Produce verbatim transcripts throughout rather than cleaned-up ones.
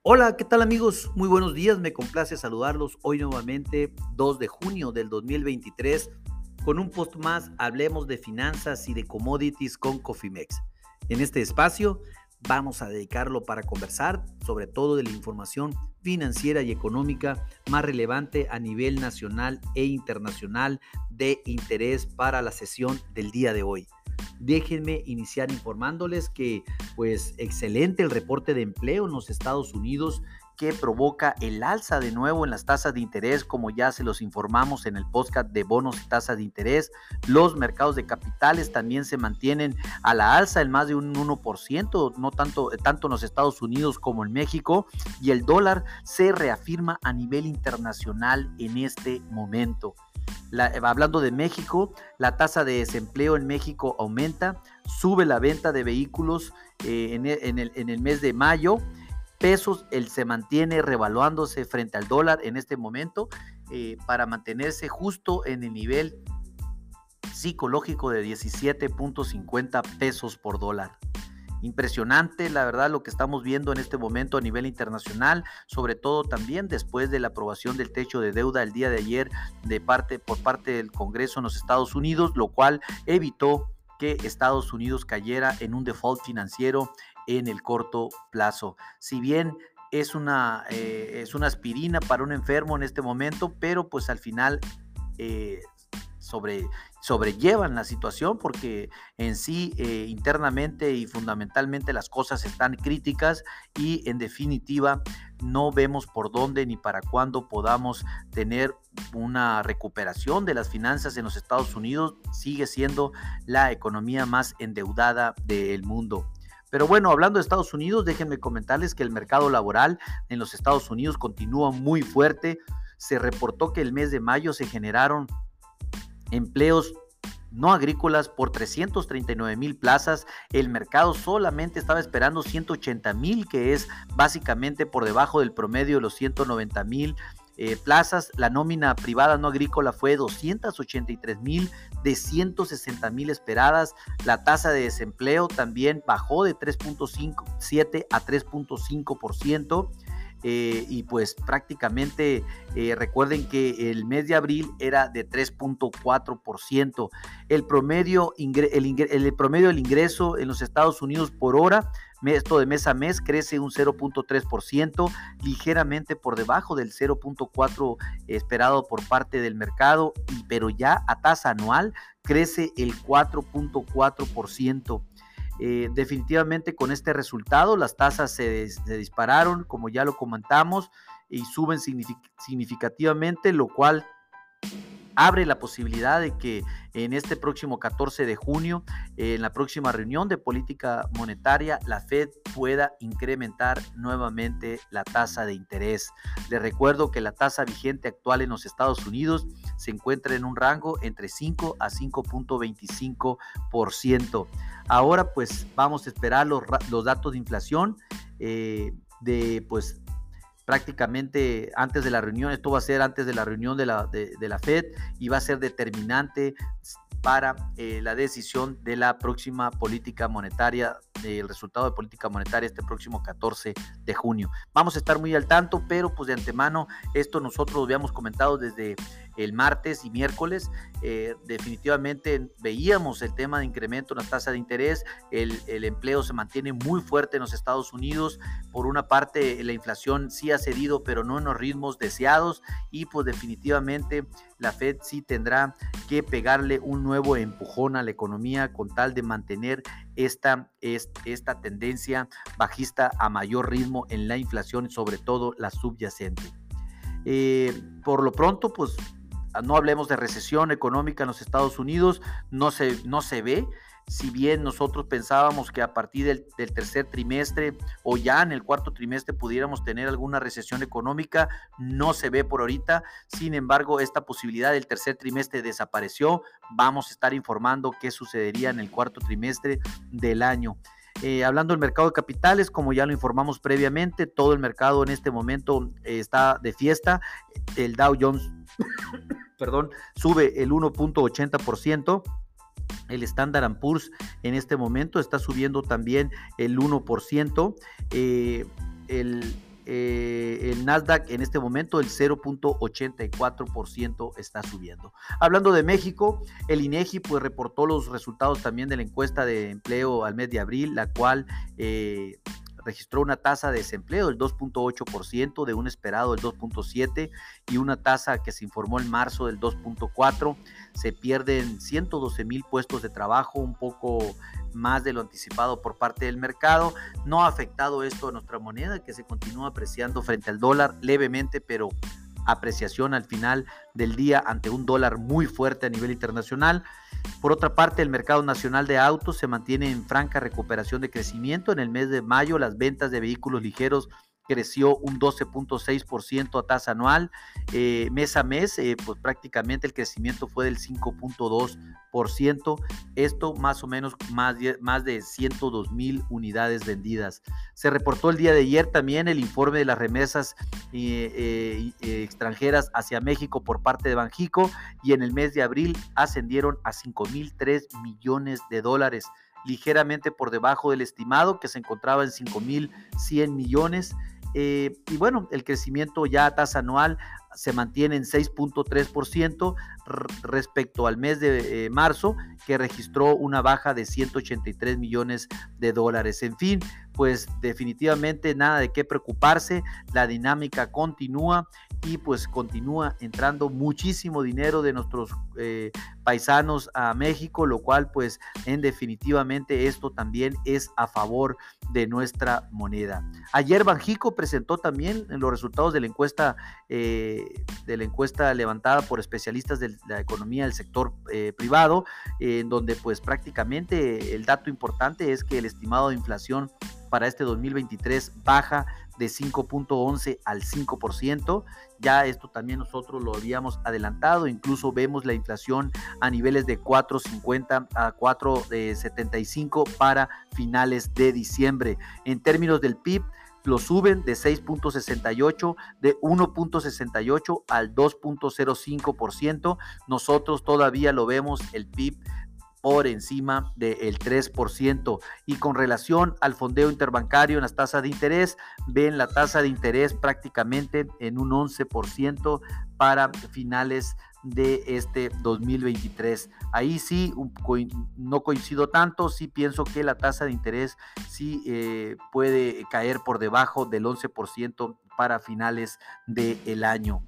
Hola, ¿qué tal amigos? Muy buenos días, me complace saludarlos hoy nuevamente, dos de junio del dos mil veintitrés, con un post más, hablemos de finanzas y de commodities con Cofimex. En este espacio vamos a dedicarlo para conversar sobre todo de la información financiera y económica más relevante a nivel nacional e internacional de interés para la sesión del día de hoy. Déjenme iniciar informándoles que, pues, excelente el reporte de empleo en los Estados Unidos que provoca el alza de nuevo en las tasas de interés, como ya se los informamos en el podcast de bonos y tasas de interés. Los mercados de capitales también se mantienen a la alza en más de un uno por ciento, no tanto, tanto en los Estados Unidos como en México, y el dólar se reafirma a nivel internacional en este momento. La, hablando de México, la tasa de desempleo en México aumenta, sube la venta de vehículos eh, en, el, en, el, en el mes de mayo, pesos él se mantiene revaluándose frente al dólar en este momento eh, para mantenerse justo en el nivel psicológico de diecisiete punto cincuenta pesos por dólar. Impresionante, la verdad, lo que estamos viendo en este momento a nivel internacional, sobre todo también después de la aprobación del techo de deuda el día de ayer de parte, por parte del Congreso en los Estados Unidos, lo cual evitó que Estados Unidos cayera en un default financiero en el corto plazo. Si bien es una, eh, es una aspirina para un enfermo en este momento, pero pues al final eh, sobre, sobrellevan la situación porque en sí eh, internamente y fundamentalmente las cosas están críticas y en definitiva no vemos por dónde ni para cuándo podamos tener una recuperación de las finanzas en los Estados Unidos. Sigue siendo la economía más endeudada del mundo. Pero bueno, hablando de Estados Unidos, déjenme comentarles que el mercado laboral en los Estados Unidos continúa muy fuerte. Se reportó que el mes de mayo se generaron empleos no agrícolas por trescientas treinta y nueve mil plazas. El mercado solamente estaba esperando ciento ochenta mil, que es básicamente por debajo del promedio de los ciento noventa mil eh, plazas. La nómina privada no agrícola fue doscientas ochenta y tres mil de ciento sesenta mil esperadas. La tasa de desempleo también bajó de tres punto siete a tres punto cinco por ciento. Eh, y pues prácticamente eh, recuerden que el mes de abril era de tres punto cuatro por ciento. El promedio, ingre, el, ingre, el promedio del ingreso en los Estados Unidos por hora, esto de mes a mes, crece un cero punto tres por ciento, ligeramente por debajo del cero punto cuatro por ciento esperado por parte del mercado, y, pero ya a tasa anual crece el cuatro punto cuatro por ciento. Eh, definitivamente con este resultado las tasas se, se dispararon, como ya lo comentamos, y suben significativamente, lo cual abre la posibilidad de que en este próximo catorce de junio, eh, en la próxima reunión de política monetaria, la Fed pueda incrementar nuevamente la tasa de interés. Les recuerdo que la tasa vigente actual en los Estados Unidos se encuentra en un rango entre cinco a cinco punto veinticinco por ciento. Ahora pues vamos a esperar los, los datos de inflación eh, de pues prácticamente antes de la reunión. Esto va a ser antes de la reunión de la, de, de la Fed y va a ser determinante para eh, la decisión de la próxima política monetaria, eh, el resultado de política monetaria este próximo catorce de junio. Vamos a estar muy al tanto, pero pues de antemano esto nosotros lo habíamos comentado desde el martes y miércoles. Eh, definitivamente veíamos el tema de incremento en la tasa de interés. El, el empleo se mantiene muy fuerte en los Estados Unidos. Por una parte, la inflación sí ha cedido, pero no en los ritmos deseados, y pues definitivamente la Fed sí tendrá que pegarle un nuevo empujón a la economía con tal de mantener esta, esta tendencia bajista a mayor ritmo en la inflación, sobre todo la subyacente. Eh, por lo pronto, pues no hablemos de recesión económica en los Estados Unidos, no se, no se ve. Si bien nosotros pensábamos que a partir del, del tercer trimestre o ya en el cuarto trimestre pudiéramos tener alguna recesión económica, no se ve por ahorita. Sin embargo, esta posibilidad del tercer trimestre desapareció. Vamos a estar informando qué sucedería en el cuarto trimestre del año. Eh, hablando del mercado de capitales, como ya lo informamos previamente, todo el mercado en este momento eh, está de fiesta. El Dow Jones perdón, sube el uno punto ochenta por ciento. El Standard and Poor's en este momento está subiendo también el uno por ciento. Eh, el eh, el Nasdaq en este momento el cero punto ochenta y cuatro por ciento está subiendo. Hablando de México, el INEGI pues reportó los resultados también de la encuesta de empleo al mes de abril, la cual eh, registró una tasa de desempleo del dos punto ocho por ciento, de un esperado del dos punto siete por ciento y una tasa que se informó en marzo del dos punto cuatro por ciento. Se pierden ciento doce mil puestos de trabajo, un poco más de lo anticipado por parte del mercado. No ha afectado esto a nuestra moneda, que se continúa apreciando frente al dólar levemente, pero apreciación al final del día ante un dólar muy fuerte a nivel internacional. Por otra parte, el mercado nacional de autos se mantiene en franca recuperación de crecimiento. En el mes de mayo, las ventas de vehículos ligeros creció un doce punto seis por ciento a tasa anual, eh, mes a mes, eh, pues prácticamente el crecimiento fue del cinco punto dos por ciento, esto más o menos más, más de ciento dos mil unidades vendidas. Se reportó el día de ayer también el informe de las remesas eh, eh, eh, extranjeras hacia México por parte de Banxico, y en el mes de abril ascendieron a cinco mil tres millones de dólares, ligeramente por debajo del estimado, que se encontraba en cinco mil cien millones. Eh, y bueno, el crecimiento ya a tasa anual se mantiene en seis punto tres por ciento respecto al mes de eh, marzo, que registró una baja de ciento ochenta y tres millones de dólares. En fin, pues definitivamente nada de qué preocuparse, la dinámica continúa y pues continúa entrando muchísimo dinero de nuestros eh, paisanos a México, lo cual pues en definitivamente esto también es a favor de nuestra moneda. Ayer Banxico presentó también los resultados de la encuesta eh, de la encuesta levantada por especialistas de la economía del sector eh, privado, eh, en donde pues prácticamente el dato importante es que el estimado de inflación para este dos mil veintitrés baja de cinco punto once al cinco por ciento. Ya esto también nosotros lo habíamos adelantado, incluso vemos la inflación a niveles de cuatro punto cincuenta a cuatro punto setenta y cinco para finales de diciembre. En términos del P I B, lo suben de seis punto sesenta y ocho, de uno punto sesenta y ocho al dos punto cero cinco por ciento. Nosotros todavía lo vemos el P I B por encima del tres por ciento. Y con relación al fondeo interbancario en las tasas de interés, ven la tasa de interés prácticamente en un once por ciento para finales de este dos mil veintitrés. Ahí sí no coincido tanto, sí pienso que la tasa de interés sí eh, puede caer por debajo del once por ciento para finales del año.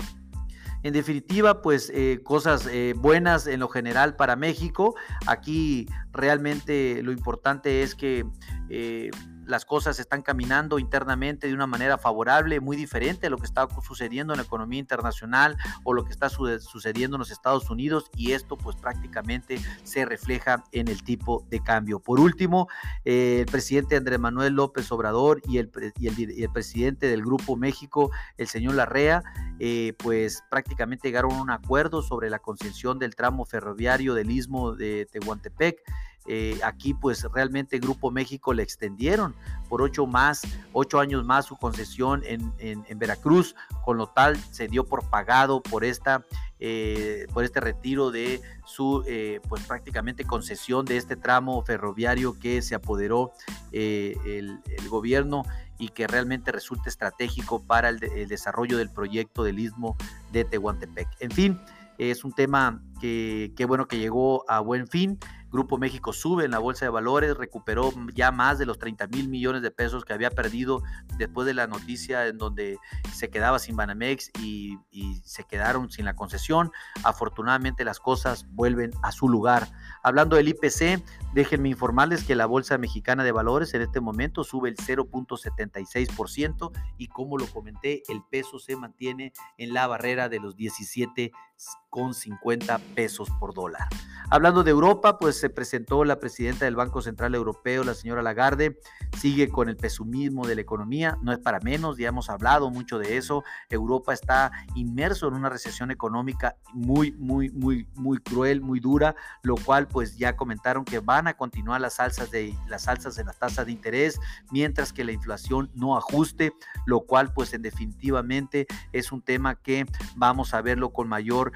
En definitiva, pues eh, cosas eh, buenas en lo general para México. Aquí realmente lo importante es que eh, las cosas están caminando internamente de una manera favorable, muy diferente a lo que está sucediendo en la economía internacional o lo que está su- sucediendo en los Estados Unidos, y esto pues prácticamente se refleja en el tipo de cambio. Por último, eh, el presidente Andrés Manuel López Obrador y el, y el, y el presidente del Grupo México, el señor Larrea, eh, pues prácticamente llegaron a un acuerdo sobre la concesión del tramo ferroviario del Istmo de Tehuantepec. Eh, aquí pues realmente Grupo México le extendieron por ocho más, ocho años más su concesión en, en, en Veracruz, con lo tal se dio por pagado por esta eh, por este retiro de su eh, pues prácticamente concesión de este tramo ferroviario que se apoderó eh, el, el gobierno y que realmente resulta estratégico para el, de, el desarrollo del proyecto del Istmo de Tehuantepec. En fin, es un tema que, que bueno que llegó a buen fin. Grupo México sube en la bolsa de valores, recuperó ya más de los treinta mil millones de pesos que había perdido después de la noticia en donde se quedaba sin Banamex y, y se quedaron sin la concesión. Afortunadamente las cosas vuelven a su lugar. Hablando del I P C, déjenme informarles que la Bolsa Mexicana de Valores en este momento sube el cero punto setenta y seis por ciento y como lo comenté, el peso se mantiene en la barrera de los diecisiete con cincuenta pesos por dólar. Hablando de Europa, pues se presentó la presidenta del Banco Central Europeo, la señora Lagarde, sigue con el pesumismo de la economía, no es para menos, ya hemos hablado mucho de eso. Europa está inmerso en una recesión económica muy, muy, muy, muy cruel, muy dura, lo cual pues ya comentaron que van a continuar las alzas de las alzas en las tasas de interés, mientras que la inflación no ajuste, lo cual pues en definitivamente es un tema que vamos a verlo con mayor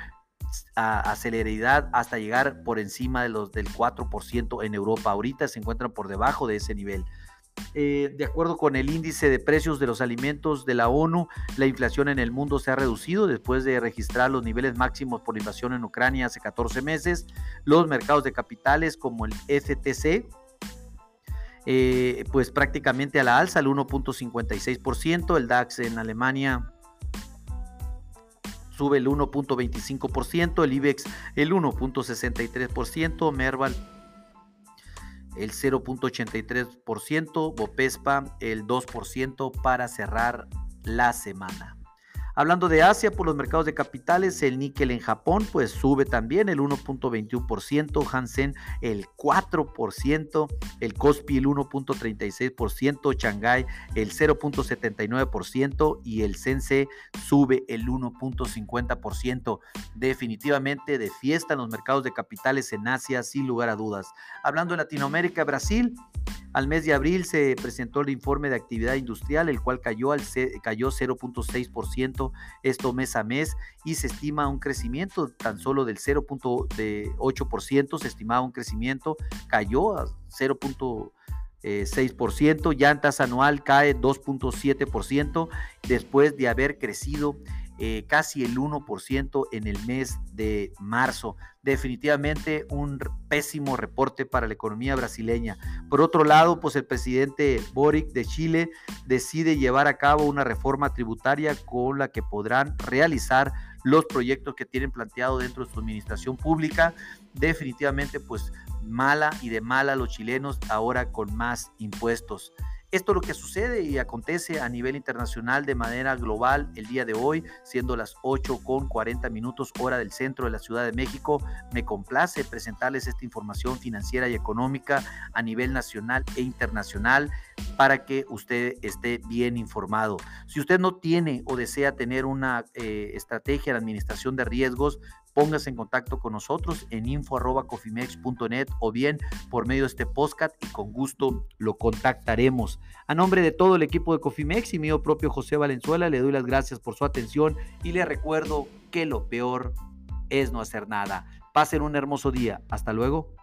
a, a celeridad hasta llegar por encima de los del cuatro por ciento en Europa. Ahorita se encuentran por debajo de ese nivel. Eh, de acuerdo con el índice de precios de los alimentos de la ONU, la inflación en el mundo se ha reducido después de registrar los niveles máximos por la invasión en Ucrania hace catorce meses. Los mercados de capitales como el F T C, eh, pues prácticamente a la alza, el uno punto cincuenta y seis por ciento, el DAX en Alemania sube el uno punto veinticinco por ciento, el IBEX el uno punto sesenta y tres por ciento, Merval el cero punto ochenta y tres por ciento, Bovespa el dos por ciento para cerrar la semana. Hablando de Asia, por los mercados de capitales, el níquel en Japón pues sube también el uno punto veintiuno por ciento, Hansen el cuatro por ciento, el Kospi el uno punto treinta y seis por ciento, Shanghái el cero punto setenta y nueve por ciento y el Sense sube el uno punto cincuenta por ciento. Definitivamente de fiesta en los mercados de capitales en Asia, sin lugar a dudas. Hablando de Latinoamérica, Brasil, al mes de abril se presentó el informe de actividad industrial, el cual cayó, al cayó cero punto seis por ciento esto mes a mes y se estima un crecimiento tan solo del cero punto ocho por ciento, se estimaba un crecimiento, cayó a cero punto seis por ciento, llantas anual cae dos punto siete por ciento después de haber crecido Eh, casi el uno por ciento en el mes de marzo. Definitivamente un pésimo reporte para la economía brasileña. Por otro lado, pues el presidente Boric de Chile decide llevar a cabo una reforma tributaria con la que podrán realizar los proyectos que tienen planteado dentro de su administración pública. Definitivamente pues mala y de mala los chilenos ahora con más impuestos. Esto es lo que sucede y acontece a nivel internacional de manera global el día de hoy, siendo las ocho con cuarenta minutos hora del centro de la Ciudad de México. Me complace presentarles esta información financiera y económica a nivel nacional e internacional para que usted esté bien informado. Si usted no tiene o desea tener una eh, estrategia de administración de riesgos, póngase en contacto con nosotros en info arroba cofimex punto net o bien por medio de este podcast y con gusto lo contactaremos. A nombre de todo el equipo de Cofimex y mío propio José Valenzuela, le doy las gracias por su atención y le recuerdo que lo peor es no hacer nada. Pasen un hermoso día. Hasta luego.